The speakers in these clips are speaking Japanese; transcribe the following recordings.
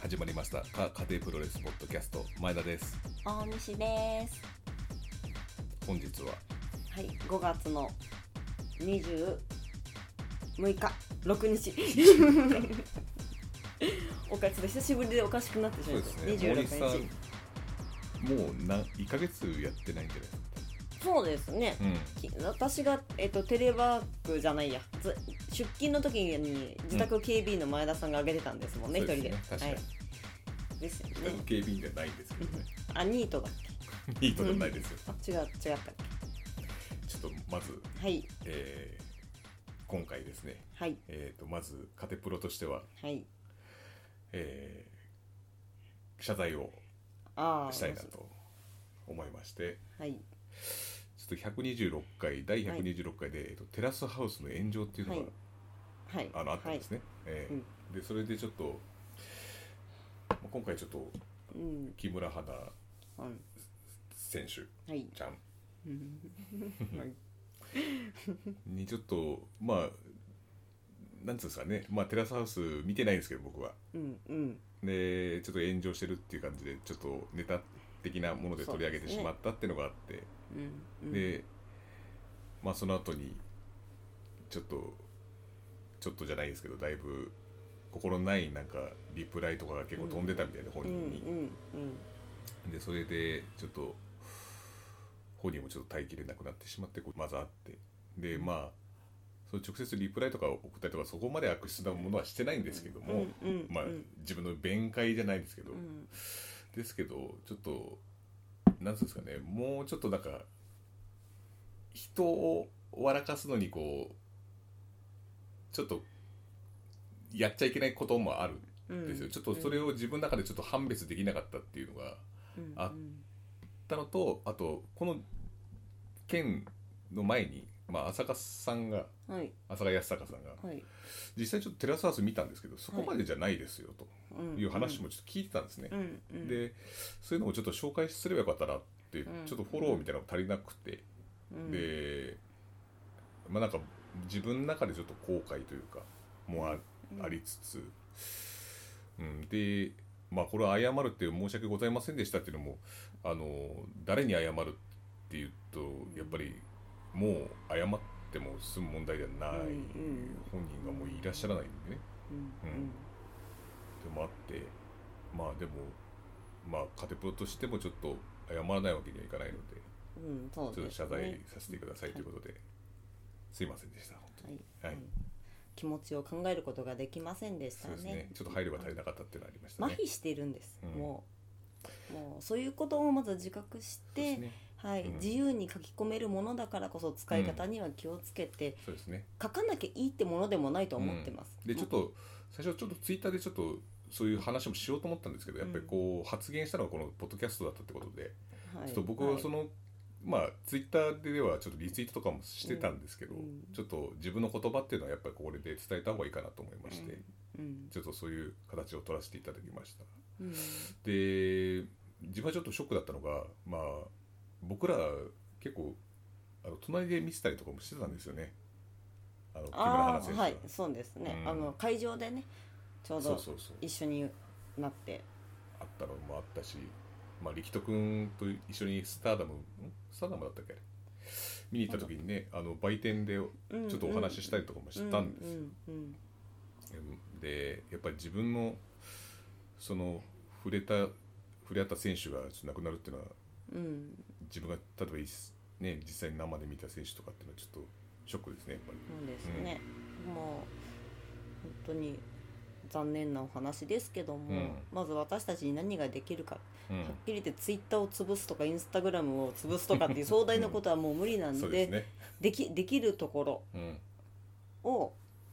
始まりました家庭プロレスポッドキャスト、前田です。 大西です。 本日ははい、5月の26日6日おかしい、久しぶりでおかしくなってしまいました。 そうですね、森さん 26日もう1ヶ月やってないんじゃないですか。 そうですね、私が、テレワークじゃないや出勤の時に自宅警備員の前田さんが挙げてたんですもんね、一人で。 確かに、 ですよね。 自宅警備員じゃないんですけどねあ、ニートだっけニートじゃないですよあ、違ったっけ。 ちょっとまず、 はい、 今回ですね、 はい、 まず家庭プロとしては、 はい、 謝罪をしたいなと思いまして、 はい、 ちょっと126回第126回で、テラスハウスの炎上っていうのが、 はい、 あったんですね、でそれでちょっと今回ちょっと木村花選手、ちゃんにちょっとなんつうんですかね、テラスハウス見てないんですけど僕は、でちょっと炎上してるっていう感じでちょっとネタ的なもので取り上げてしまったっていうのがあって、でその後にちょっとじゃないですけど、だいぶ心ないなんかリプライとかが結構飛んでたみたいな、本人に、でそれでちょっと本人もちょっと耐えきれなくなってしまってまずあって、でそう直接リプライとか送ったりとかそこまで悪質なものはしてないんですけども、自分の弁解じゃないですけど、ちょっとなんつうんですかね、もうちょっとなんか人を笑かすのにこうちょっとやっちゃいけないこともあるんですよ、ちょっとそれを自分の中でちょっと判別できなかったっていうのがあったのと、あとこの件の前に、浅香さんが、浅香康隆さんが、実際ちょっとテラスハウス見たんですけど、そこまでじゃないですよという話もちょっと聞いてたんですね、でそういうのをちょっと紹介すればよかったなって、ちょっとフォローみたいなのが足りなくて、でなんか自分の中でちょっと後悔というかもありつつ、でこれは謝るっていう申し訳ございませんでしたっていうのも誰に謝るっていうとやっぱりもう謝っても済む問題ではない、本人がもういらっしゃらないんでね、でもあってでもカテプロとしてもちょっと謝らないわけにはいかないので、ちょっと謝罪させてくださいということで、すいませんでした本当に、 気持ちを考えることができませんでしたね。 そうですね、ちょっと配慮が足りなかったっていうのがありましたね。 麻痺しているんです、もうそういうことをまず自覚して、自由に書き込めるものだからこそ使い方には気をつけて、書かなきゃいいってものでもないと思ってます、 でちょっと最初ちょっとツイッターでちょっとそういう話もしようと思ったんですけど、やっぱりこう発言したのがこのポッドキャストだったってことで、ちょっと僕はその、ツイッターではちょっとリツイートとかもしてたんですけど、ちょっと自分の言葉っていうのはやっぱりこれで伝えた方がいいかなと思いまして、ちょっとそういう形を取らせていただきました、で自分はちょっとショックだったのが、僕ら結構隣で見てたりとかもしてたんですよね、木村花選手は。 そうですね、会場でねちょうど一緒になってあったのもあったし、力斗くんと一緒にスターダムだったっけ見に行った時にね、売店でちょっとお話ししたりとかもしたんですよ、でやっぱり自分のその触れ合った選手が亡くなるっていうのは、自分が例えば実際に生で見た選手とかっていうのはちょっとショックですね、やっぱり。 そうですね、もう本当に残念なお話ですけども、まず私たちに何ができるか、はっきり言ってツイッターを潰すとかインスタグラムを潰すとかっていう壮大なことはもう無理なんで、できるところを、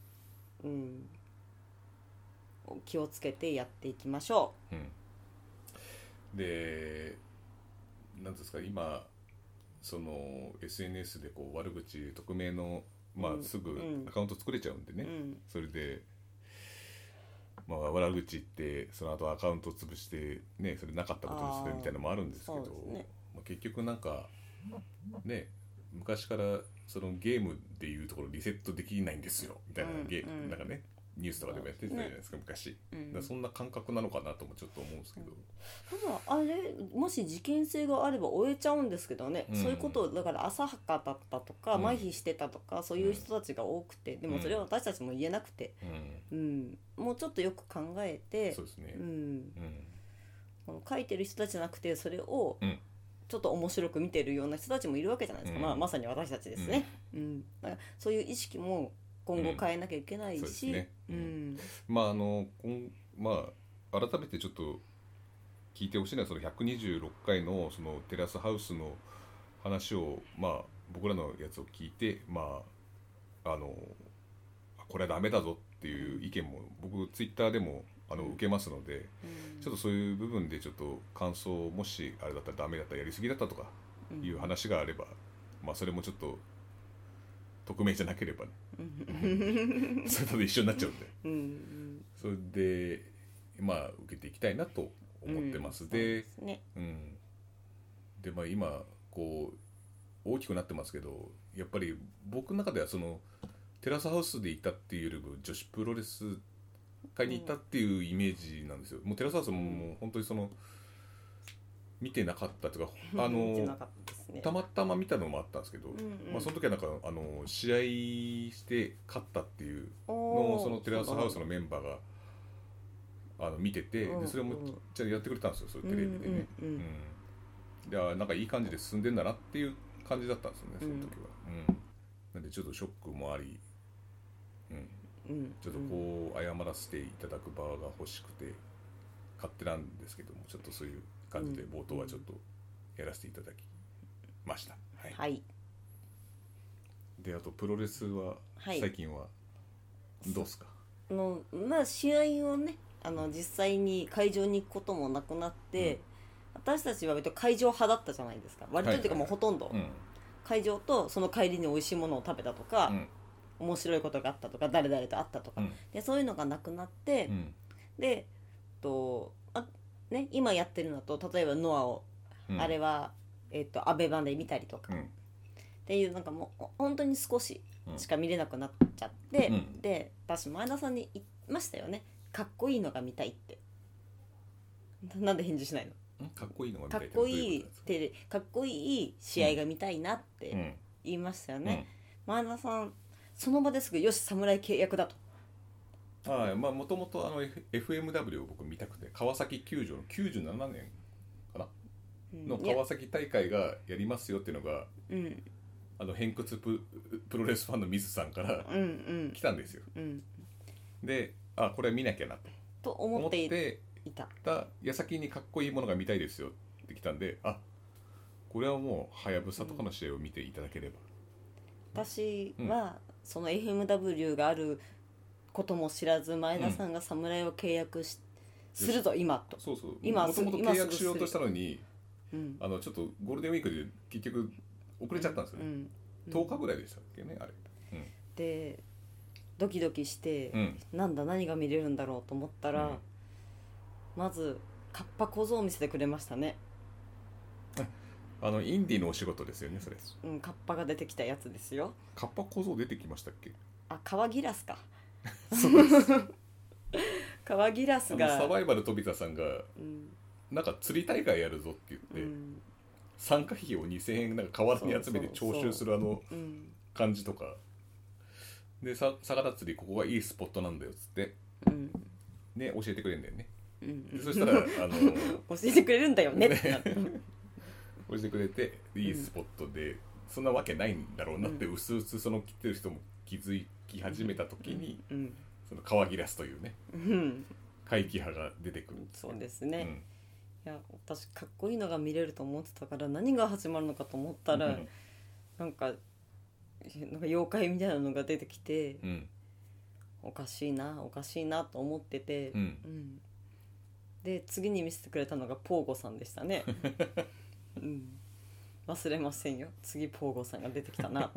気をつけてやっていきましょう、でなんですか、今その SNS でこう悪口匿名の、すぐアカウント作れちゃうんでね、それで悪口言ってその後アカウントを潰してね、それなかったことにするみたいなのもあるんですけど、結局なんかね、昔からそのゲームでいうところリセットできないんですよみたいな、なんかね、 ニュースとかでもやってたじゃないですか、昔、だからそんな感覚なのかなともちょっと思うんですけど、 ただあれもし事件性があれば終えちゃうんですけどね、そういうことをだから浅はかだったとか、麻痺してたとかそういう人たちが多くて、でもそれは私たちも言えなくて、もうちょっとよく考えて、 そうですね、 書いてる人たちじゃなくてそれをちょっと面白く見てるような人たちもいるわけじゃないですか、まさに私たちですね、だからそういう意識も今後変えなきゃいけないし、 まあ改めてちょっと聞いてほしいのはその126回のそのテラスハウスの話を僕らのやつを聞いてこれはダメだぞっていう意見も僕ツイッターでも受けますので、ちょっとそういう部分でちょっと感想もしあれだったらダメだったらやりすぎだったとかいう話があれば、それもちょっと匿名じゃなければねそれと一緒になっちゃうんで、それで受けていきたいなと思ってます。で今こう大きくなってますけど、やっぱり僕の中ではそのテラスハウスでいたっていうよりも女子プロレス会に行ったっていうイメージなんですよ。もうテラスハウスももう本当にその見てなかったというかたまたま見たのもあったんですけど、その時はなんか試合して勝ったっていうのをそのテラスハウスのメンバーが見てて、でそれもちゃんとやってくれたんですよ、そういうテレビでね。なんかいい感じで進んでんだなっていう感じだったんですよね、その時は。なんでちょっとショックもあり、ちょっとこう謝らせていただく場が欲しくて勝手なんですけども、ちょっとそういう感じで冒頭はちょっとやらせていただきました。であとプロレスは最近はどうですか？ 試合をね実際に会場に行くこともなくなって、私たちは割と会場派だったじゃないですか。割とっていうかもうほとんど、会場とその帰りに美味しいものを食べたとか、面白いことがあったとか誰々と会ったとか、でそういうのがなくなって、で今やってるのと例えばノアを、あれはアベマで見たりとか、っていうなんかもう本当に少ししか見れなくなっちゃって、で私前田さんに言いましたよね、かっこいいのが見たいって。なんで返事しないの？ かっこいいのが見たいってかっこいいかっこいい試合が見たいなって言いましたよね、前田さんその場ですぐよし侍契約だと。 もともとFMW を僕見たくて、川崎球場の97年かな、の川崎大会がやりますよっていうのが、偏屈プロレスファンの水さんから来たんですよ、でこれは見なきゃなと思っていた矢先にかっこいいものが見たいですよって来たんで、これはもうはやぶさとかの試合を見ていただければ、 私はその FMW があることも知らず前田さんが侍を契約するぞ今と。 もともと契約しようとしたのに、ちょっとゴールデンウィークで結局遅れちゃったんですよね、10日ぐらいでしたっけねあれ、 でドキドキして、何が見れるんだろうと思ったら、まずカッパ小僧を見せてくれましたね。 インディのお仕事ですよねそれ。 カッパが出てきたやつですよ。 カッパ小僧出てきましたっけ？ 川ギラスかそうです川ギラスがサバイバル飛田さんが、なんか釣り大会やるぞって言って、参加費を2000円なんか河原に集めて徴収する感じとかで、魚釣りここがいいスポットなんだよっつって、ね、教えてくれるんだよね、そしたら教えてくれるんだよねってなって教えてくれていいスポットで、そんなわけないんだろうなって、うすうすその来てる人も気づき始めた時に、その川ギラスというね、怪奇派が出てくる。 そうですね、いや私かっこいいのが見れると思ってたから何が始まるのかと思ったら、なんか妖怪みたいなのが出てきて、おかしいなと思ってて、で次に見せてくれたのがポーゴさんでしたね忘れませんよ、次ポーゴさんが出てきたな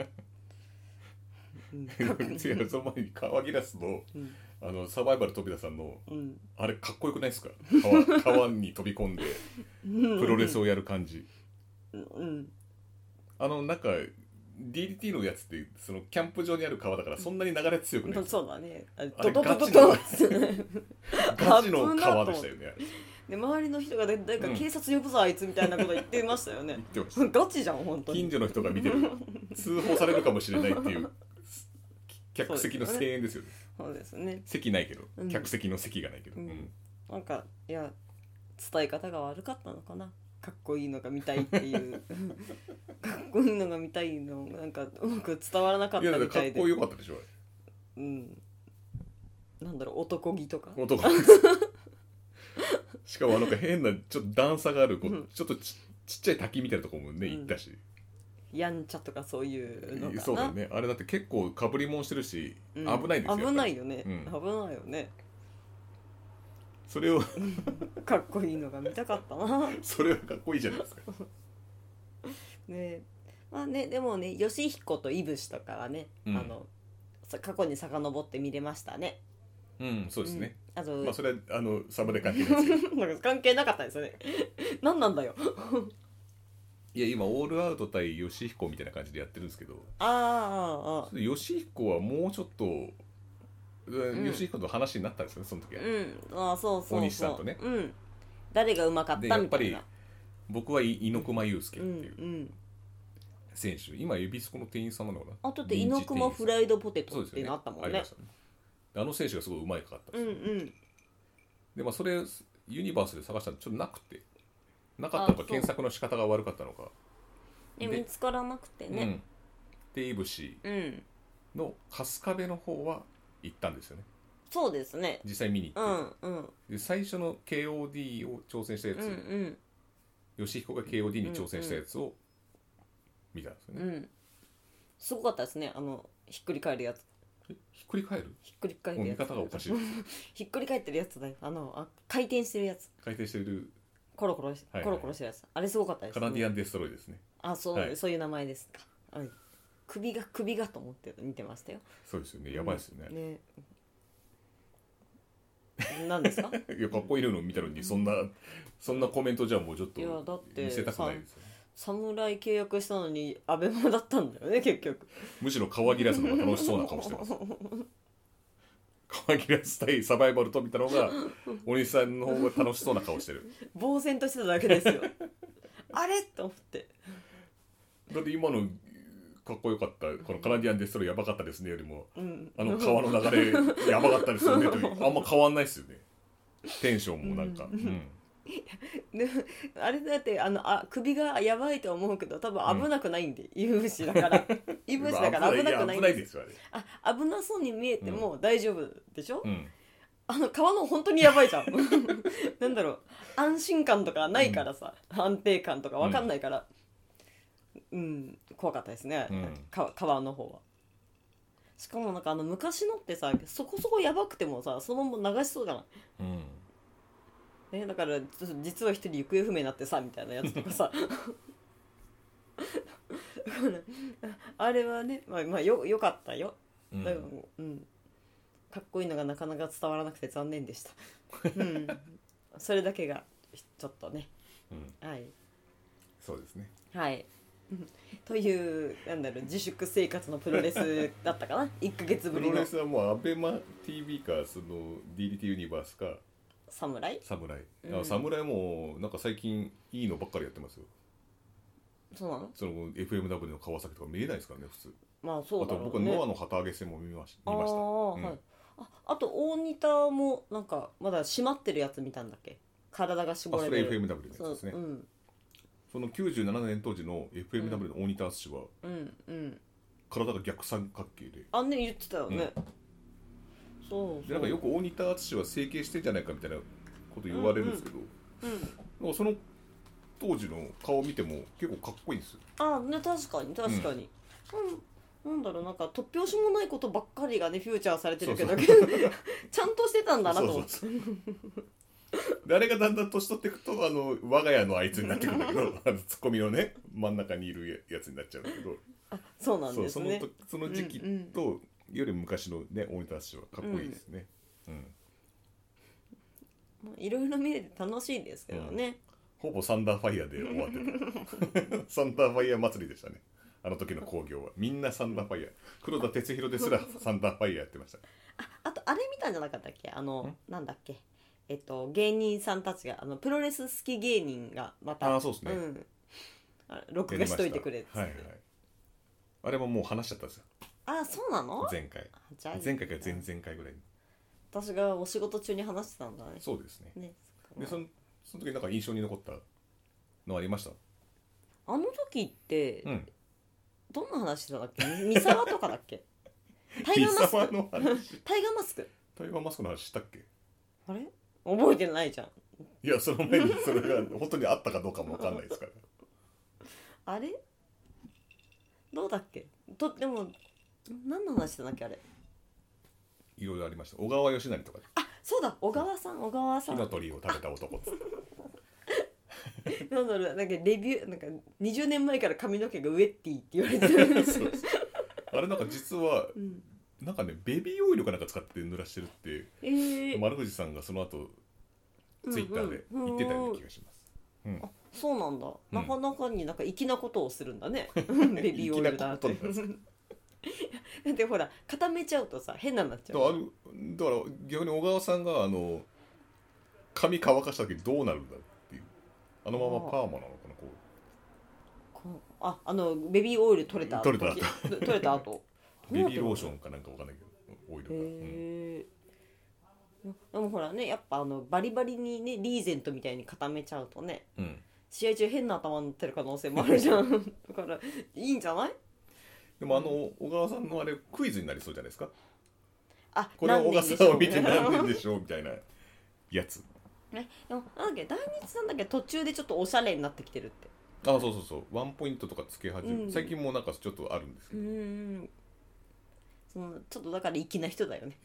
違う、その前に川ギラスの、サバイバル飛田さんの、あれかっこよくないですか？川に飛び込んでプロレスをやる感じ、なんか DDT のやつってそのキャンプ場にある川だからそんなに流れ強くない、 そうだね。 ドドドドドガチの川でしたよね。 で周りの人が誰か警察呼ぶぞあいつみたいなこと言ってましたよね。 言ってました。 ガチじゃん本当に。 近所の人が見てる通報されるかもしれないっていう客席の声援ですよね。 そうですね。 席ないけど、客席の席がないけど、 なんかいや伝え方が悪かったのかな。かっこいいのが見たいっていうかっこいいのが見たいのなんかうまく伝わらなかったみたいで。 いやかっこよかったでしょ。 なんだろう男気とか。 しかもなんか変なちょっと段差があるちょっとちっちゃい滝みたいなところもね、行ったし。 やんちゃとかそういうのかな。 そうだよね。あれだって結構かぶりもんしてるし、危ないですよ。 危ないよね。危ないよね。 それをかっこいいのが見たかったな。 それはかっこいいじゃないですか。 ね、まあね、でもね、義彦といぶしとかはね、過去に遡って見れましたね。 そうですね。 あと、 まあそれはサブで関係ないですけど。 なんか関係なかったですよね。何なんだよ。 いや今オールアウト対義彦みたいな感じでやってるんですけど。義彦はもうちょっと。義彦と話になったんですよね、その時は。 そう大西さんとね。 誰がうまかったみたいな。やっぱり僕は猪熊祐介っていう選手、今エビスコの店員さんなのかな。 あとで猪熊フライドポテトってなったもんね。 あの選手がすごいうまいかったですで、まあそれユニバースで探したらちょっとなくて、なかったのか検索の仕方が悪かったのか見つからなくてね。 でいぶしの春日部の方は行ったんですよね。 そうですね。 実際見に行って、で最初の KOD を挑戦したやつ、義彦が KOD に挑戦したやつを見たんですよね。 すごかったですね。ひっくり返るやつ。 ひっくり返る？ ひっくり返るやつ。 見方がおかしいです。 ひっくり返ってるやつだよ。回転してるやつ。 回転してる。 コロコロしてるやつ。あれすごかったですね。 カナディアンデストロイですね。 そういう名前ですか。首がと思って見てましたよ。 そうですよね。やばいですよね。 何ですか？ いやかっこいいの見たのにそんなコメントじゃもうちょっと見せたくないですよね。 侍契約したのにアベマだったんだよね結局。 むしろ川切らずの方が楽しそうな顔してます。川切らず対サバイバルと見たのがお兄さんの方が楽しそうな顔してる。 呆然としてただけですよ。あれと思って。 だって今のかっこよかったこのカナディアンデストロイやばかったですねよりも、川の流れやばかったですよねとあんま変わんないですよね。テンションもなんか、 あれだって首がやばいと思うけど多分危なくないんで、いぶしだからいぶしだから危なくないんですよ。危なそうに見えても大丈夫でしょ、川の本当にやばいじゃん。なんだろう、安心感とかないからさ、安定感とか分かんないから、怖かったですね、川の方は。しかもなんか昔のってさそこそこやばくてもさそのまま流しそうじゃない、だから実は一人行方不明になってさみたいなやつとかさあれはね、まあよかったよ、だからかっこいいのがなかなか伝わらなくて残念でした。それだけがちょっとね、 そうですね。 という自粛生活のプロレスだったかな。1ヶ月ぶりのプロレスはもうアベマ TV かその DDT ユニバースか侍もなんか最近いいのばっかりやってますよ。 そうなの？ その FMW の川崎とか見れないですからね普通。 まあそうだろうね。 あと僕はノアの旗揚げ戦も見ました。 あと大仁田もなんかまだ締まってるやつ見たんだっけ？体が絞れてる。 それ FMW のやつですね。その97年当時の FMW の大仁田敦は体が逆三角形で言ってたよね。 でなんかよく大仁田敦は整形してんじゃないかみたいなこと言われるんですけど、その当時の顔見ても結構かっこいいんですよ。 確かに、なんだろう、なんか突拍子もないことばっかりがねフューチャーされてるけどちゃんとしてたんだなと思って。 であれがだんだん年取っていくと我が家のあいつになってくるんだけどツッコミのね真ん中にいるやつになっちゃうんだけど、 そうなんですね。 その時期とより昔のね大仁田敦はかっこいいですね。 いろいろ見れて楽しいですけどね。 ほぼサンダーファイヤーで終わってた。サンダーファイヤー祭りでしたね。 あの時の興行はみんなサンダーファイヤー、黒田哲弘ですらサンダーファイヤーやってました。 あとあれ見たんじゃなかったっけ、なんだっけ、芸人さんたちがプロレス好き芸人がまたそうですね、 録画しといてくれって、 はいはい、あれももう話しちゃったんですよ。 そうなの？ 前回から前々回ぐらいに私がお仕事中に話してたんだね。 そうですね。でその時なんか印象に残ったのありました？ あの時って、どんな話してたんだっけ？三沢とかだっけ？タイガーマスクの話。タイガーマスクの話したっけ？あれ覚えてないじゃん。 いや、その前にそれが本当にあったかどうかも分かんないですからあれどうだっけ？でも何の話してたんだっけあれ。 いろいろありました。小川義成とか。 そうだ、小川さん。 火の鳥を食べた男っつってなんだろう、なんかレビュー、なんか20年前から髪の毛がウェッティって言われてるそうあれなんか実は、なんかねベビーオイルかなんか使って濡らしてるって、丸藤さんがその後ツイッターで言ってたような気がします。 そうなんだ、なかなかになんか粋なことをするんだねベビーオイルだってだってほら固めちゃうとさ変なになっちゃう。 だから逆に小川さんが髪乾かした時どうなるんだっていう、あのままパーマなのかな、 ベビーオイル取れた後ベビーローションかなんかわかんないけどオイルが、でもほらね、やっぱバリバリにねリーゼントみたいに固めちゃうとね、試合中変な頭になってる可能性もあるじゃんだからいいんじゃない？でも小川さんのあれクイズになりそうじゃないですか。これを小川さんを見て何年でしょうみたいなやつ。 でもなんだっけ、大日さんだっけ途中でちょっとおしゃれになってきてるって。 そうワンポイントとかつけ始め、最近もなんかちょっとあるんですけど、ちょっとだから粋な人だよね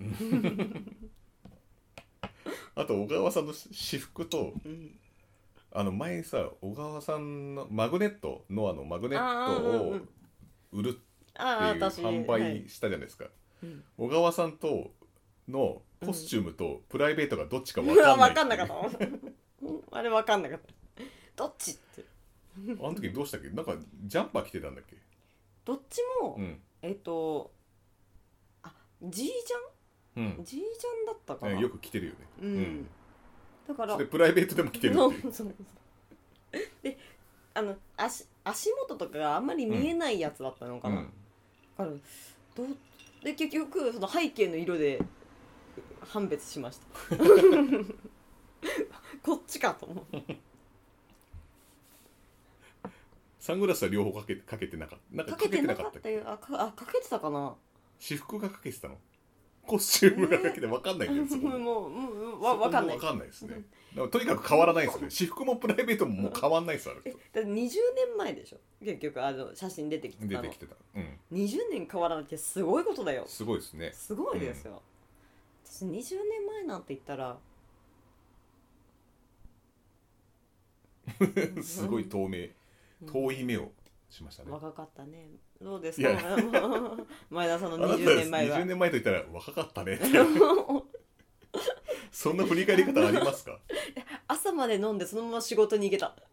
あと小川さんの私服と、前さ小川さんのマグネットノアのマグネットを売るっていう販売したじゃないですか、小川さんとのコスチュームとプライベートがどっちか分かんない、 分かんなかったあれ分かんなかったどっちってあの時どうしたっけ、なんかジャンパー着てたんだっけ。 どっちも、G ジャン、G ジャンだったかな、 よく着てるよね、 だからそれプライベートでも着てるってそうで足元とかがあんまり見えないやつだったのかな、だからで結局その背景の色で判別しましたこっちかと思うサングラスは両方かけてなかった。なんかかけてなかったよ。 かけてたかな。 私服がかけてたの。コスチュームがかけて分かんないんですよ。 もう分かんない。 分かんないですね。とにかく変わらないですね。私服もプライベートももう変わんないですあれ。 だって20年前でしょ。結局写真出てきてたの。20年変わらなきゃすごいことだよ。 すごいですね。 すごいですよ。私20年前なんて言ったらすごい遠い目をしましたね。 若かったね。どうですか前田さんの20年前は。 20年前と言ったら若かったねってそんな振り返り方ありますか？ 朝まで飲んでそのまま仕事に行けた。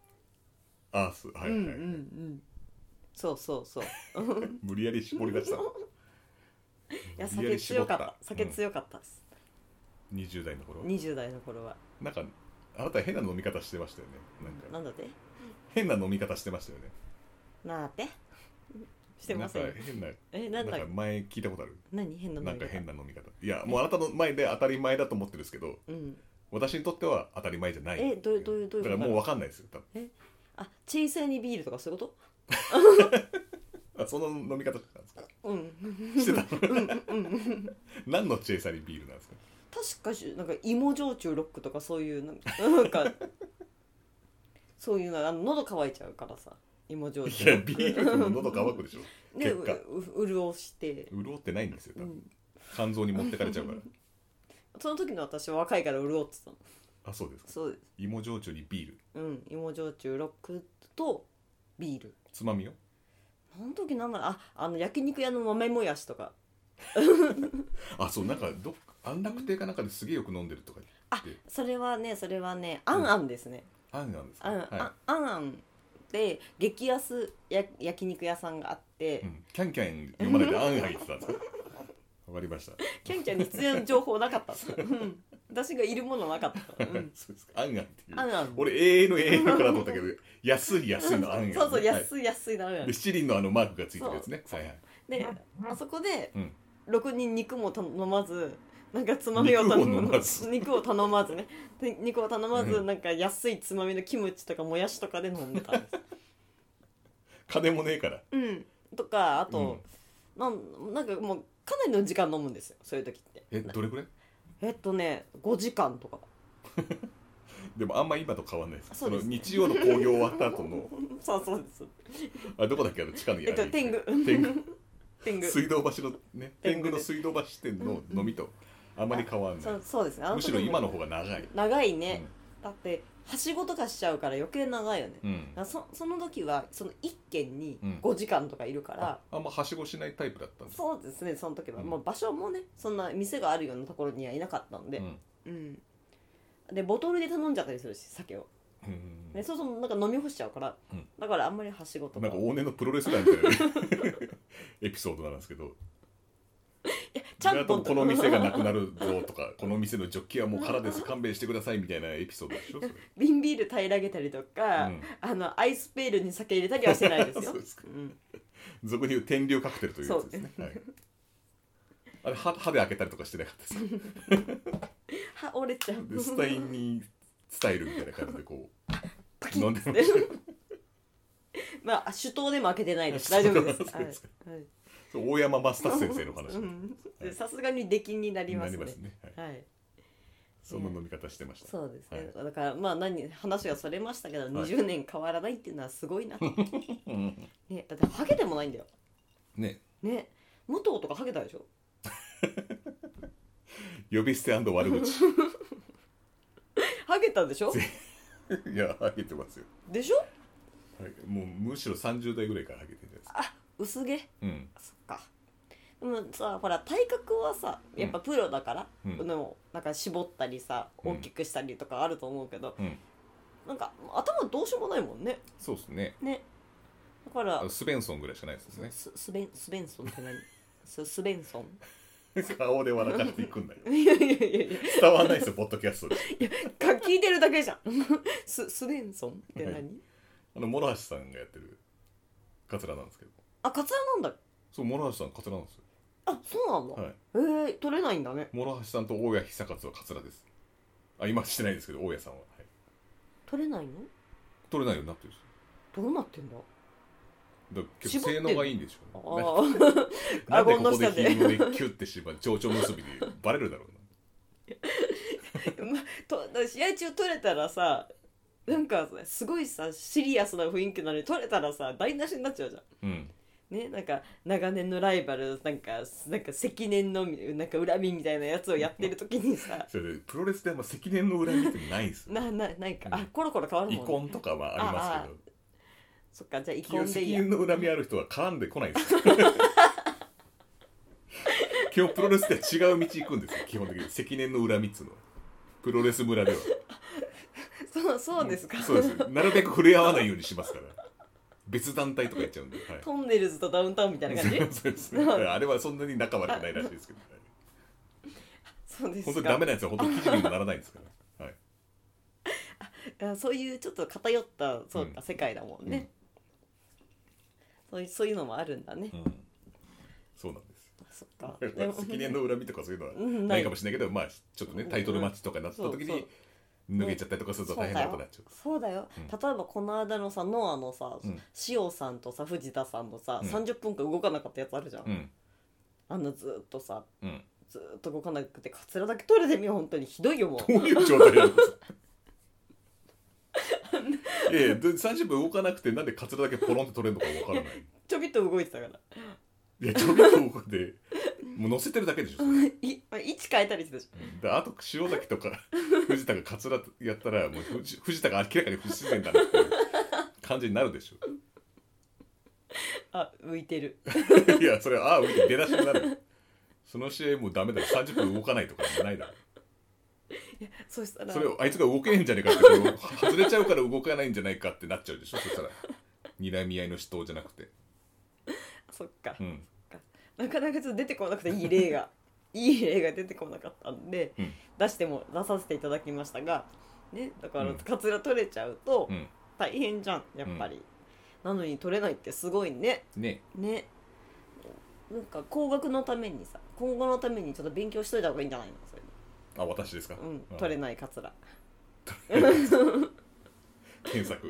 そう無理やり絞り出した。いや酒強かったです。 20代の頃はなんかあなた変な飲み方してましたよね。 なんだって変な飲み方してましたよね。 なんてしてません。 なんか前聞いたことある。 何変な飲み方。 なんか変な飲み方。いやもうあなたの前で当たり前だと思ってるんですけど、私にとっては当たり前じゃない。 どういうだからもう分かんないですよ多分。 小さいにビールとかそういうこと？その飲み方してたんですか？してた。何の小さいにビールなんですか？ 確かなんか芋焼酎ロックとかそういうなんかそういうの喉乾いちゃうからさ、芋焼酎。 いやビールでも喉乾くでしょ。 結果潤ってないんですよ多分、肝臓に持ってかれちゃうからその時の私は若いから潤ってたの。 そうですか。 そうです。 芋焼酎にビール。 芋焼酎ロックとビール。 つまみよ。 あの時なんだ焼肉屋の豆もやしとかそうなんか安楽亭かなんかですげえよく飲んでるとか言って。 それはねあんですね。 あんですか。 あんって激安焼肉屋さんがあって、 キャンキャン読まないであんが入ってたんですか。わかりました。 キャンキャンに必要な情報なかった私がいるものなかった、 そうですか。あんがっていう。 あんが俺永遠のかなと思ったけど、安いのあんが、 そうそう安いのあんがで七輪のマークがついてるやつね。はいはい。 であそこで、 うんろくに肉も頼まずなんかつまみを頼まず肉を頼まずねで肉を頼まず、なんか安いつまみのキムチとかもやしとかで飲んでたんです金もねえから。 とかあと、なんかもうかなりの時間飲むんですよそういう時って。 どれくらい 5時間とかでもあんま今と変わんないです。 そうですね、 日曜の興行終わった後のそうですどこだっけ地下の家天狗水道橋のね天狗の水道橋店の飲みとあんまり変わんない。 そうですね。 むしろ今の方が長いね、だってはしごとかしちゃうから余計長いよね、その時はその1軒に5時間とかいるから、 あんまはしごしないタイプだったんです。 そうですね。その時は、もう場所もねそんな店があるようなところにはいなかったので、でボトルで頼んじゃったりするし酒を、そうなんか飲み干しちゃうから、だからあんまりはしごとかなんか往年のプロレスラーみたいなエピソードなんですけど、 ちゃんとこの店がなくなるぞとかこの店のジョッキはもう空です勘弁してくださいみたいなエピソードでしょ。 瓶ビール平らげたりとか、アイスペールに酒入れたりはしてないですよそうですか、俗に言う天竜カクテルというやつですね。あれ歯で開けたりとかしてなかったですか。 歯折れちゃう。 でスタインに伝えるみたいな感じでこう飲んでました。 まあ手刀でも開けてないです。大丈夫です。 大山マスター先生の話。 さすがに出禁になりますね。 はい。その飲み方してました。 そうですね。だからまあ話がそれましたけど、20年変わらないっていうのはすごいな。ね、だってハゲでもないんだよ。ね。武藤とかハゲたでしょ。 呼び捨て&悪口。 ハゲたでしょ。 いやハゲてますよ。 でしょ。 もうむしろ30代ぐらいからハゲてるんです。 あ、薄毛。そっか。でもさ、ほら体格はさやっぱプロだから、でもなんか絞ったりさ大きくしたりとかあると思うけど、なんか頭どうしようもないもんね。 そうですね。 だからスベンソンぐらいしかないですね。 スベンソンって何？スベンソン？ 顔で笑かしていくんだよ。 いや伝わんないですよポッドキャストで。 いや聞いてるだけじゃん。スベンソンって何？ 諸橋さんがやってるカツラなんですけど。 あ、カツラなんだ。 そう、諸橋さんカツラなんですよ。 あ、そうなんだ。取れないんだね。 諸橋さんと大谷久勝はカツラです。今してないですけど大谷さんは、 取れないの？ 取れないようになってるんですよ。どうなってんだ？ 結構性能がいいんでしょう。なんでここで紐でキュッて縛る蝶々結びでバレるだろうな。試合中取れたらさ、なんかすごいさシリアスな雰囲気なのに取れたらさ台無しになっちゃうじゃん。ね、なんか長年のライバルなんか積年のなんか恨みみたいなやつをやってる時にさそれプロレスで積年の恨みってないんですよ。 ないか、コロコロ変わるもんね。 遺恨とかはありますけど。 そっか、じゃあ遺恨でいいや。 積年の恨みある人は絡んでこないですよ。基本プロレスでは違う道行くんですよ。基本的に積年の恨みっつうのはプロレス村では。 そうですか。 そうです。なるべく触れ合わないようにしますから。別団体とかやっちゃうんで、 トンネルズとダウンタウンみたいな感じ。 そうですね。あれはそんなに仲悪くないらしいですけど、 そうですか。 本当にダメなやつは本当に記事にもならないんですから。 そういうちょっと偏った世界だもんね。そういうのもあるんだね。 そうなんです。 そっか。 積年の恨みとかそういうのはないかもしれないけど、まあちょっとねタイトルマッチとかになった時に脱げちゃったりとかすると大変なことになっちゃう。 そうだよ。例えばこの間のさノアのさ塩さんとさ藤田さんのさ30分間動かなかったやつあるじゃん。ずっとさずっと動かなくてカツラだけ取れてみよう。本当にひどいよもう。 どういう状態なんですか。いや30分動かなくてなんでカツラだけポロンって取れるのか分からない。 ちょびっと動いてたから。 いやちょびっと動くでもう乗せてるだけでしょ。 位置変えたりしてたし。 あと塩崎とか藤田がカツラやったらもう藤田が明らかに不自然だなっていう感じになるでしょ。 浮いてる。 いやそれは浮いて出だしになる。その試合もうダメだよ。30分動かないとかじゃないだろ。 そしたらそれをあいつが動けねえんじゃねえかって外れちゃうから動かないんじゃないかってなっちゃうでしょ。そしたら睨み合いの死闘じゃなくて。 そっか、なかなかちょっと出てこなくていい例がいい例が出てこなかったんで、出させていただきましたがね。だからカツラ取れちゃうと大変じゃんやっぱり、なのに取れないってすごいね。なんか高額のためにさ、今後のためにちょっと勉強しといた方がいいんじゃないのそれ。 私ですか。 取れないカツラ検索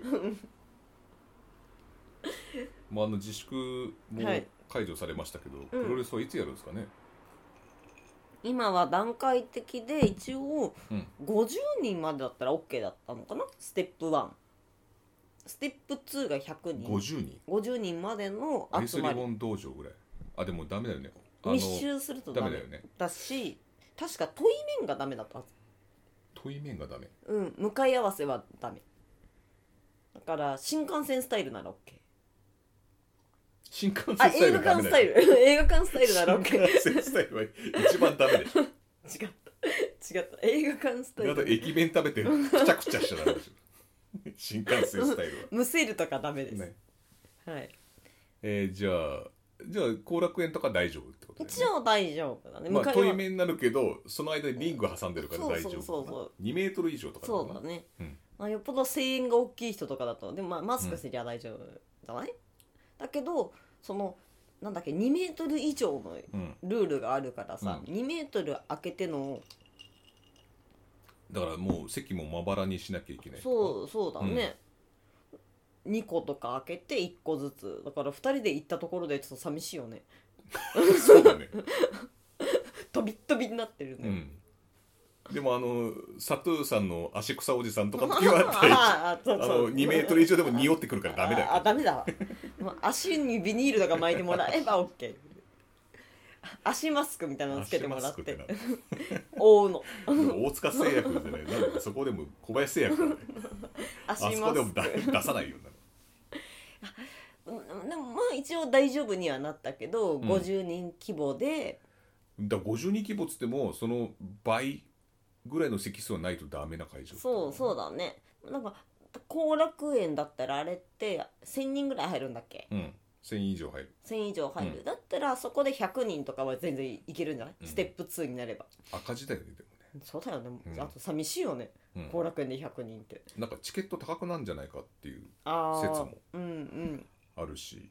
もう自粛も解除されましたけど、プロレスはいつやるんですかね。 今は段階的で一応50人までだったら OK だったのかな。ステップ1、ステップ2が100人、50人までの集まり。アイスリボン道場ぐらい。でもダメだよね。 密集するとダメだよね。だし確か対面がダメだったはず。 対面がダメ。 向かい合わせはダメだから、新幹線スタイルなら OK。 新幹線スタイルダメだよ。 映画館スタイルなら OK。 新幹線スタイルは一番ダメでしょ。違った映画館スタイル。 あと駅弁食べてくちゃくちゃしちゃダメでしょ。新幹線スタイルはむせるとかダメです、はい。 じゃあ後楽園とか大丈夫ってことですね。 一応大丈夫だね。 対面になるけどその間にリング挟んでるから大丈夫。 そう 2メートル以上とか。 そうだね、よっぽど声援が大きい人とかだとでもマスクすりゃ大丈夫じゃない、だけどそのなんだっけ2メートル以上のルールがあるからさ、2メートル開けてのだからもう席もまばらにしなきゃいけない。 そうだね、2個とか開けて1個ずつだから2人で行ったところでちょっと寂しいよね。 そうだね。 飛びっ飛びになってるね、 でもサトゥーさんの足草おじさんとかの時は2メートル以上でも匂ってくるからダメだよ。 ダメだわ。足にビニールとか巻いてもらえば OK。足マスクみたいなのつけてもらって覆うの。 大塚製薬じゃない。なんかそこでも小林製薬だね。あそこでも出さないよでも一応大丈夫にはなったけど、50人規模でだから50人規模っつってもその倍ぐらいの席数はないとダメな会場。 そうだね。なんか後楽園だったらあれって1000人ぐらい入るんだっけ。 1000以上入る。 1000以上入る、だったらそこで100人とかは全然いけるんじゃない、ステップ2になれば。 赤字だよねでもね。 そうだよね、あと寂しいよね、後楽園で100人って。 なんかチケット高くなんじゃないかっていう説もあるし、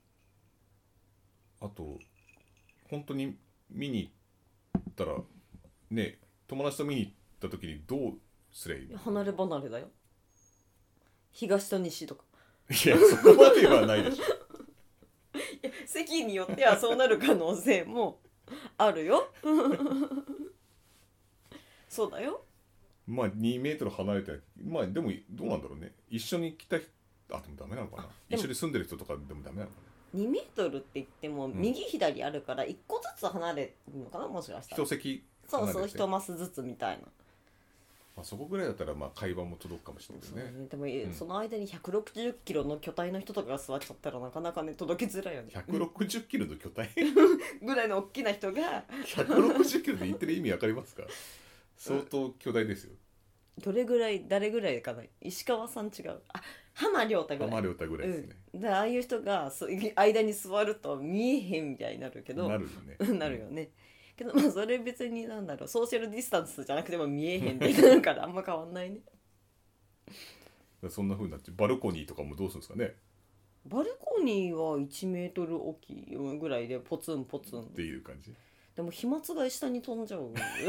あと本当に見に行ったらね、友達と見に行った時にどうすればいいの？ 離れ離れだよ。東と西とか。 いやそこまではないでしょ。 席によってはそうなる可能性もあるよ。そうだよ。 まあ2メートル離れて、まあでもどうなんだろうね。一緒に来た人、でもダメなのかな。一緒に住んでる人とかでもダメなのかな。 2メートルって言っても右左あるから1個ずつ離れるのかな、もしかしたら。 一席離れて。そう1マスずつみたいな。 そこぐらいだったら会話も届くかもしれないね。 でも、その間に160キロの巨体の人とかが座っちゃったらなかなかね届きづらいよね。 160キロの巨体ぐらいの大きな人が 160キロで言ってる意味わかりますか？相当巨大ですよ。 誰ぐらいかな。石川さん違う。浜亮太ぐらい。 浜亮太ぐらいですね。 でああいう人が間に座ると見えへんみたいになるけど。 なるよね。 なるよね。けどそれ別にソーシャルディスタンスじゃなくても見えへんってなるからあんま変わんないね。 そんな風になっちゃう。バルコニーとかもどうするんですかね。 バルコニーは1メートル大きいぐらいでポツンポツンっていう感じ。 でも飛沫が下に飛んじゃう。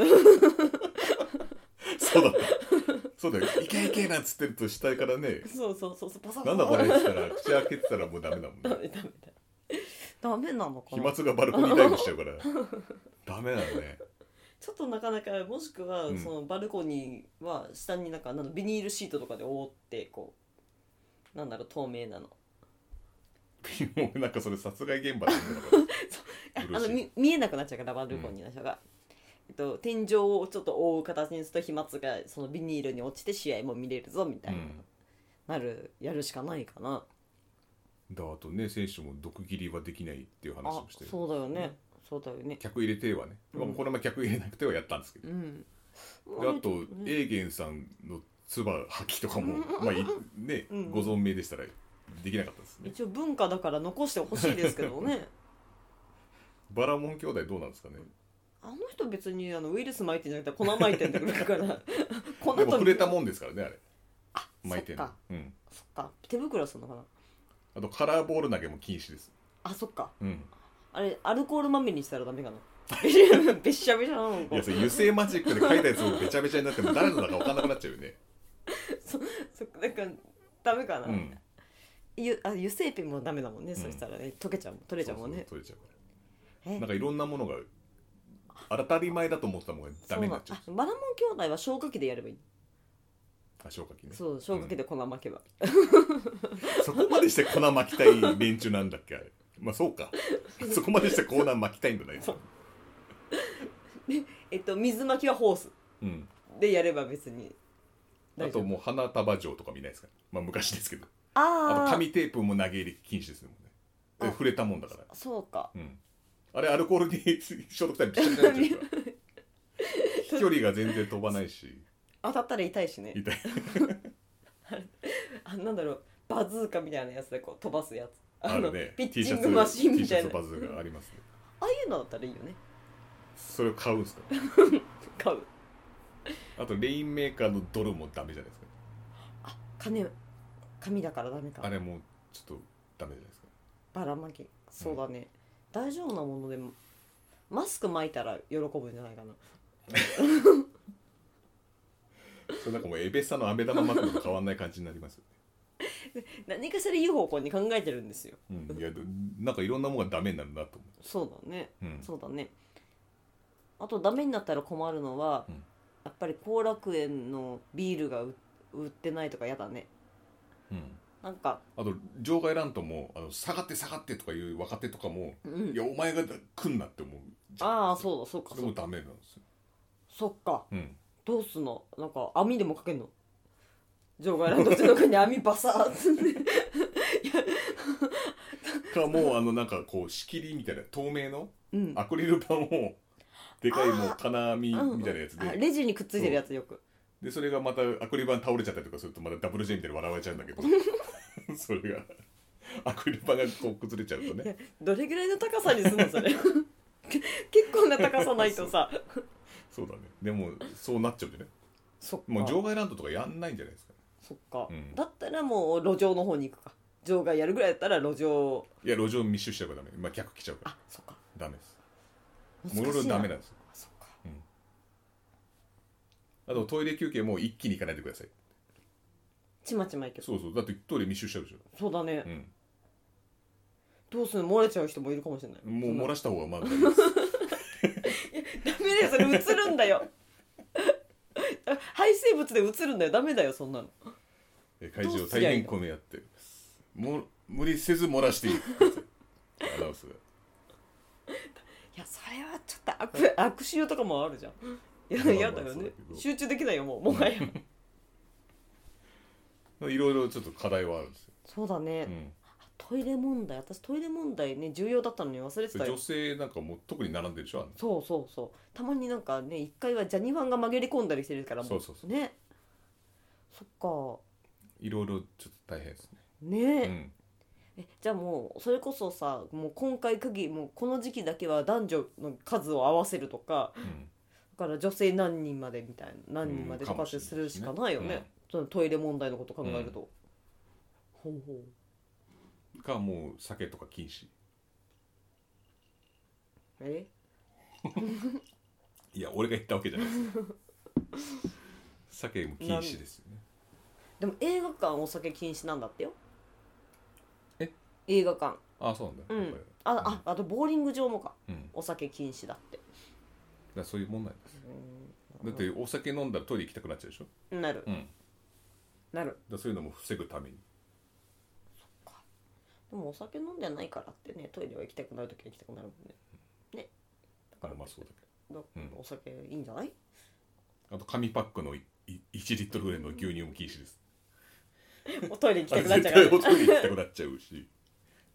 そうだよ。いけいけなんつってると下からね。 そうパサッ。なんだこれって言ったら口開けてたらもうダメだもんね。 ダメなのかな。 飛沫がバルコニーダイブしちゃうからダメなのね。 ちょっとなかなか、もしくはそのバルコニーは下にビニールシートとかで覆って透明なの。 もうなんかそれ殺害現場見えなくなっちゃうからバルコニーの人が、天井をちょっと覆う形にすると飛沫がそのビニールに落ちて試合も見れるぞみたいな、やるしかないかな。 あとね、選手も毒斬りはできないっていう話をしてる。 そうだよね、そうだよね。 客入れてはね、これも客入れなくてはやったんですけど、であとエーゲンさんの唾吐きとかもご存命でしたらできなかったですね。 一応文化だから残してほしいですけどねバラモン兄弟どうなんですかね。 あの人別にウイルス巻いてんじゃなくて粉巻いてんだから粉でもと触れたもんですからねあれ。 あ巻いてんの。 そっか、 うん。 そっか手袋するのかな。 あとカラーボール投げも禁止です。 あそっか、 うん。 あれアルコールまみれにしたらダメかなべっしゃべしゃなのか。 いやそれ油性マジックで描いたやつをべちゃべちゃになっても誰のだか分かんなくなっちゃうよね。 なんかダメかな、 うん。 油性ペンもダメだもんね、そしたらね溶けちゃう取れちゃうもんね。 そう取れちゃうから。なんかいろんなものが当たり前だと思ってたものがダメになっちゃう。 バラモン兄弟は消火器でやればいい。 消火器ね。 そう消火器で粉巻けば、 そこまでして粉巻きたい連中なんだっけあれ。まあそうか。そこまでして粉巻きたいんじゃないですか。 水巻きはホースでやれば別にあともう花束状とか見ないですか。まあ昔ですけど。 あと紙テープも投げ入れ禁止ですね。もうね触れたもんだから。 そうか、 あれアルコールに消毒剤びしゃびしゃになっちゃうから飛距離が全然飛ばないし当たったら痛いしね。 痛いなんだろうバズーカみたいなやつでこう飛ばすやつあるね。 ピッチングマシンみたいな T シャツバズーカありますね。 ああいうのだったらいいよね。 それを買うんですか。 買う。 あとレインメーカーのドルもダメじゃないですか。 あ紙だからダメか。 あれもちょっとダメじゃないですか。 ばらまきそうだね、大丈夫なものでもマスク巻いたら喜ぶんじゃないかなそれなんかもうエベッサの飴玉巻くのと変わんない感じになりますよね何かしらいい方向に考えてるんですよ、 いやなんかいろんなものがダメになるなと思う。 そうだね、そうだね。あとダメになったら困るのは、やっぱり後楽園のビールが売ってないとかやだね。なんかあと場外乱闘も下がって下がってとかいう若手とかも、いやお前が来んなって思う。 ああそうだそうかそれもダメなんですよ。 そっか、どうすんの。なんか網でもかけんの。場外乱闘中の中に網バサーってかもうなんかこう仕切りみたいな透明のアクリル板をでかいもう金網みたいなやつで、 レジにくっついてるやつよく。 でそれがまたアクリル板倒れちゃったりとかするとまたダブル J みたいに笑われちゃうんだけどそれがアクリル板がこう崩れちゃうとね。 どれぐらいの高さにすんのそれ結構な高さないとさそうだね。でもそうなっちゃうんじゃない。 そっかもう場外乱闘とかやんないんじゃないですか。 そっか、だったらもう路上の方に行くか。場外やるぐらいだったら路上。 いや路上密集しちゃうからダメ。客来ちゃうから。 あそっかダメです。もろもろダメなんですよ。 そっか、 あとトイレ休憩も一気に行かないでください。 ちまちま行けば。 そうだってトイレ密集しちゃうでしょ。 そうだね、どうするの。漏れちゃう人もいるかもしれない。 もう漏らした方がまだダメです。 ダメだよそれ映るんだよ排水物で映るんだよ。ダメだよそんなの。 会場大変混み合っても無理せず漏らしていいアナウンスが。 いやそれはちょっと悪臭とかもあるじゃん。いやだよね。集中できないよもはやいろいろちょっと課題はあるんですよ。 そうだね、トイレ問題。私トイレ問題ね重要だったのに忘れてたよ。 女性なんかもう特に並んでるでしょ。 そうたまになんかね一回はジャニファンが紛れ込んだりしてるからもそうね。そっかいろいろちょっと大変ですね。じゃあもうそれこそさもう今回もうこの時期だけは男女の数を合わせるとか、だから女性何人までみたいな何人までとかってするしかないよね、そのトイレ問題のこと考えると、ほうほうかもう酒とか禁止。いや俺が言ったわけじゃないです酒も禁止ですよね。 でも映画館お酒禁止なんだってよ。映画館。 そうなんだ、 あとボーリング場もか、お酒禁止だって。 だそういう問題です。だってお酒飲んだらトイレ行きたくなっちゃうでしょ。 なる、なる。 だそういうのも防ぐために。 そっか。でもお酒飲んでないからってねトイレは行きたくなるときは行きたくなるもんね。 だからまあそうだけど、お酒いいんじゃない。 あと紙パックの1リットルぐらいの牛乳も禁止です。 おトイレ行きたくなっちゃうから絶対おトイレ行きたくなっちゃうし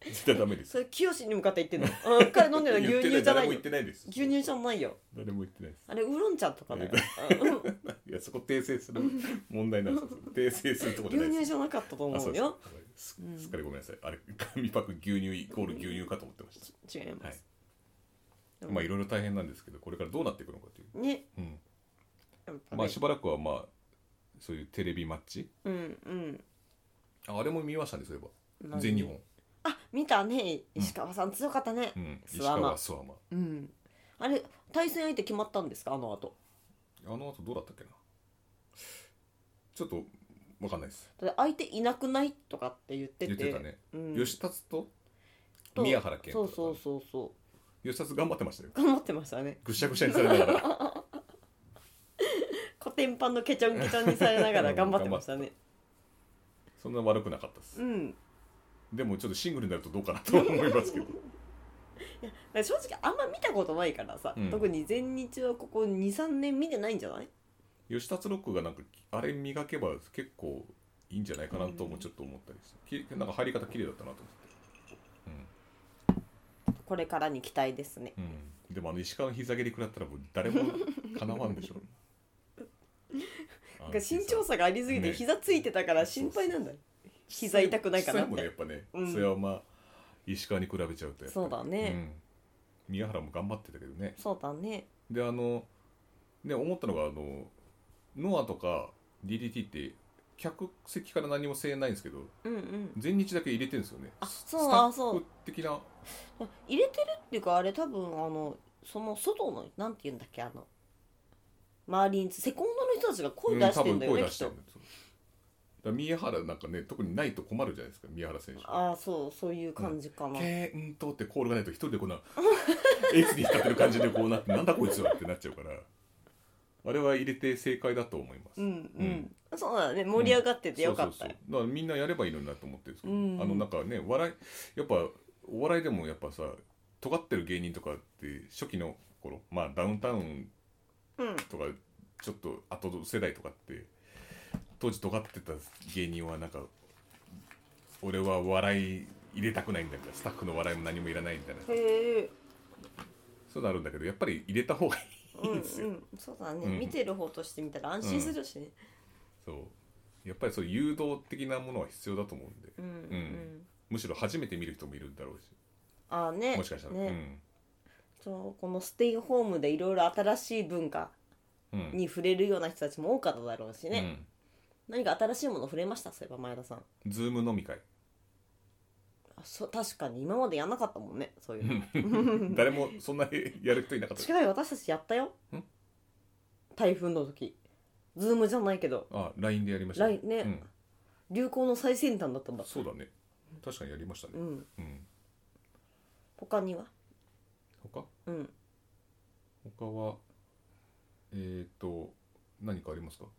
絶対ダメです。 それ清に向かって言ってんの。あ、彼飲んでるの牛乳じゃないよ。 誰も言ってないです。 牛乳じゃないよ。 誰も言ってないです。 あれウーロン茶とかだよ。 いや、そこ訂正する問題なんですよ。訂正するとこじゃないです。 牛乳じゃなかったと思うよ。 すっかりごめんなさい。あれ紙パック牛乳イコール牛乳かと思ってました。 違います。 まあいろいろ大変なんですけど、これからどうなっていくのかというね。 まあしばらくはまあそういうテレビマッチ。あれも見ましたね、そういえば。全日本。 あ、見たね。石川さん強かったね。 石川諏訪間。 あれ対戦相手決まったんですか、あの後。 どうだったっけな。ちょっとわかんないです。 相手いなくないとかって言ってたね。吉達と宮原健。 そう吉達頑張ってましたよ。 頑張ってましたね。 ぐしゃぐしゃにされながらコテンパンのケチョンケチョンにされながら頑張ってましたね。 そんな悪くなかったです。でもちょっとシングルになるとどうかなと思いますけど。 いや正直あんま見たことないからさ、特に全日はここ 2,3 年見てないんじゃない？ 吉達ロックがなんかあれ磨けば結構いいんじゃないかなともちょっと思ったりして、なんか入り方綺麗だったなと思って、 これからに期待ですね。 でも石川の膝蹴り食らったらもう誰もかなわんでしょ。 なんか身長差がありすぎて膝ついてたから心配なんだよ。膝痛くないかなって。 もねやっぱね、それはまあ石川に比べちゃうとやっぱりそうだね、 宮原も頑張ってたけどね。 そうだね。 でね、思ったのがノアとか DDT って客席から何も声援ないんですけど、全日だけ入れてるんですよね。スタッフ的な入れてるっていうか、あれ多分その外のなんて言うんだっけ、周りにセコンドの人たちが声出してんだよね、きっと。 宮原なんかね、特にないと困るじゃないですか、宮原選手。 そういう感じかな。 ケーンとってコールがないと一人でこんなエースに光ってる感じでこうなってなんだこいつはってなっちゃうから、あれは入れて正解だと思います。 そうだね、盛り上がっててよかったよ。 だからみんなやればいいのになと思ってるんですけど、なんかね、やっぱお笑いでもやっぱさ、尖ってる芸人とかって初期の頃、まあダウンタウンとかちょっと後世代とかって当時尖ってた芸人はなんか俺は笑い入れたくないんだからスタッフの笑いも何もいらないみたいな、そういうのあるんだけど、やっぱり入れた方がいいんですよ。 そうだね、見てる方としてみたら安心するしね。 そうやっぱりそういう誘導的なものは必要だと思うんで、むしろ初めて見る人もいるんだろうし、もしかしたらそう、このステイホームでいろいろ新しい文化に触れるような人たちも多かっただろうしね、何か新しいもの触れました？そういえば前田さん。 ズーム飲み会。 確かに今までやんなかったもんね、そういうの。誰もそんなにやる人いなかった。 違うよ、私たちやったよ。台風の時ズームじゃないけど LINE でやりましたね。流行の最先端だったんだ。 そうだね、確かにやりましたね。 他には？ 他は何かありますか？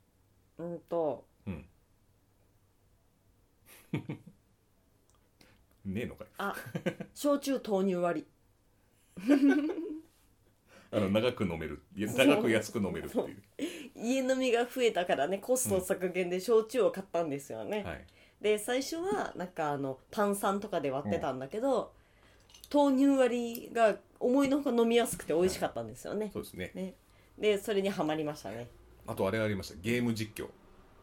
ねえのかい。 焼酎豆乳割り。 長く飲める、長く安く飲めるっていう。 家飲みが増えたからね、コスト削減で焼酎を買ったんですよね。で最初はなんか炭酸とかで割ってたんだけど、豆乳割りが思いのほか飲みやすくて美味しかったんですよね。 そうですね。 でそれにはまりましたね。 あとあれありました、ゲーム実況。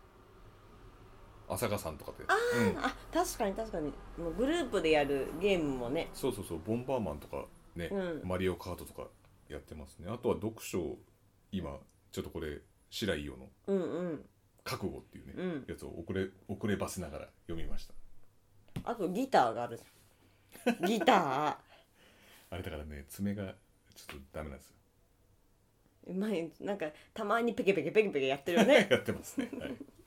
浅香さんとかで。 確かにグループでやるゲームもね。 そうボンバーマンとかね、マリオカートとかやってますね。あとは読書を今ちょっとこれ白井伊代の覚悟っていうね、やつを遅ればせながら読みました。 あとギターがあるじゃん。ギターあれだからね、爪がちょっとダメなんですよ。 なんかたまにペケペケやってるよね。 やってますね、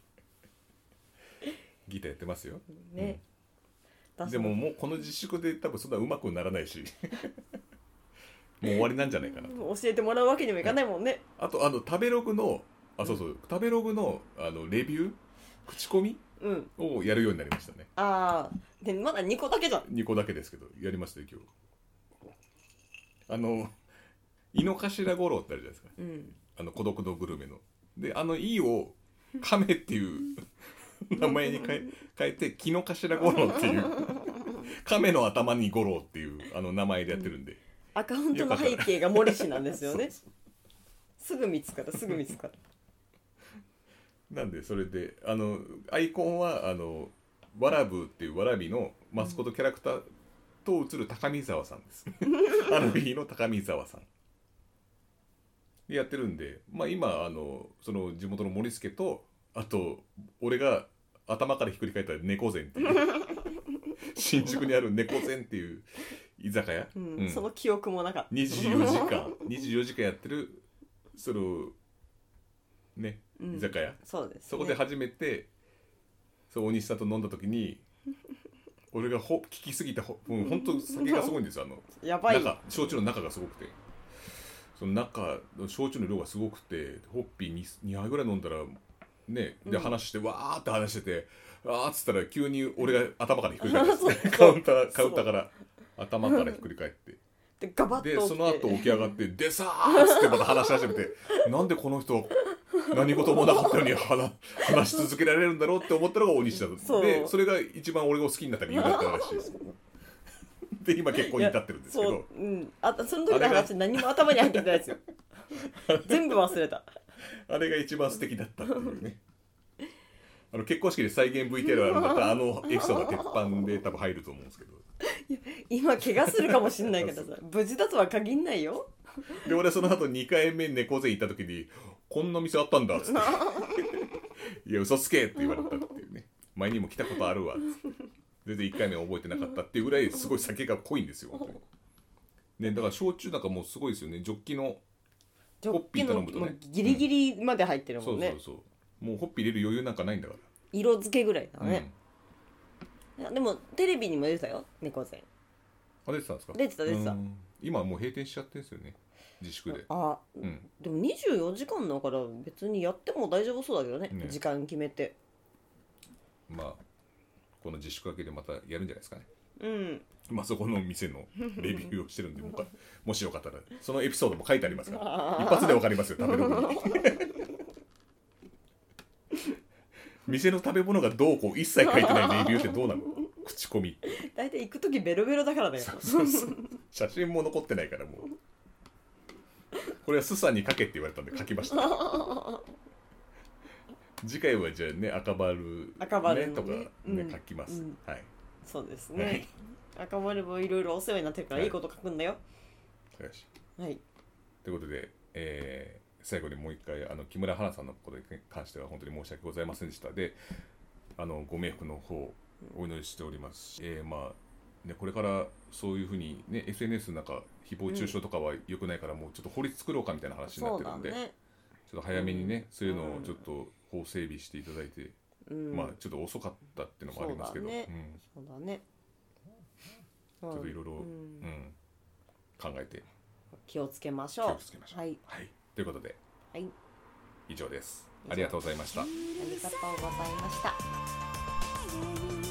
ギターやってますよね。でももうこの自粛で多分そんな上手くならないしもう終わりなんじゃないかなと。 教えてもらうわけにもいかないもんね。 あと食べログの食べログのレビュー口コミをやるようになりましたね。 でまだ2個だけじゃん。 2個だけですけどやりましたよ今日。井の頭五郎ってあるじゃないですか、孤独のグルメので、井を亀っていう名前に変えて木の頭五郎っていう亀の頭に五郎っていう名前でやってるんで、 アカウントの背景が森氏なんですよね。すぐ見つかる。 なんでそれでアイコンはわらぶっていうわらびのマスコットキャラクターと映る高見沢さんですアルビーの高見沢さんでやってるんで、まあ今その地元の森助と、あと俺が頭からひっくり返った猫膳っていう新宿にある猫膳っていう居酒屋、 その記憶もなかった。 24時間やってるそのね居酒屋、 そうですね、 そこで初めて大西さんと飲んだ時に俺が聞きすぎた本当酒がすごいんですよ。 やばい。 焼酎の中がすごくて、その中焼酎の量がすごくて、ホッピー 2杯ぐらい飲んだらね、で話して、わーって話してて、あーっつったら急に俺が頭からひっくり返ってカウンターから頭からひっくり返ってでガバッと起きて、 でその後起き上がってでさーっつってまた話し始めてなんでこの人何事もなかったように話し続けられるんだろうって思ったのが大西だと。でそれが一番俺が好きになった理由だったらしいです。で今結婚に至ってるんですけど、 その時の話何も頭に入ってないですよ全部忘れた。 あれが一番素敵だったっていうね結婚式で再現 VTR あるんだったらエピソードが鉄板で多分入ると思うんですけど今怪我するかもしんないけどさ無事だとは限んないよ。 で俺その後2回目猫背行った時にこんな店あったんだっつっていや嘘つけって言われたっていうね、前にも来たことあるわっつって全然1回目覚えてなかったっていうぐらいすごい酒が濃いんですよ本当にね。だから焼酎なんかもうすごいですよね。ジョッキのホッピー頼むとねギリギリまで入ってるもんね、 そうもうホッピー入れる余裕なんかないんだから、 色付けぐらいだね、いやでもテレビにも出てたよ猫背。 出てたんですか？ 出てた。 今はもう閉店しちゃってるんですよね、自粛で。 でも24時間だから別にやっても大丈夫そうだけど ね時間決めて。 まあこの自粛明けでまたやるんじゃないですかね。まあそこの店のレビューをしてるんでもしよかったらそのエピソードも書いてありますから一発でわかりますよ食べログに店の食べ物がどうこう一切書いてないレビューってどうなの？口コミ大体行く時ベロベロだからね。 そう写真も残ってないからもうこれはスさんに書けって言われたんで書きました次回はじゃあね赤バル、ね、とかね、書きます、はい。 そうですね、赤バルもいろいろお世話になってるからいいこと書くんだよ。 よし。 はい。 ということで、最後にもう一回木村花さんのことに関しては本当に申し訳ございませんでした。でご冥福の方お祈りしておりますし、まあね、これからそういうふうにね SNS なんか誹謗中傷とかは良くないから、もうちょっと法律作ろうかみたいな話になってるんで、ちょっと早めにね、そういうのをちょっと法整備していただいて、まあちょっと遅かったっていうのもありますけど、 そうだね、 ちょっといろいろ考えて気をつけましょう。 はい、ということで、以上です。ありがとうございました。 ありがとうございました。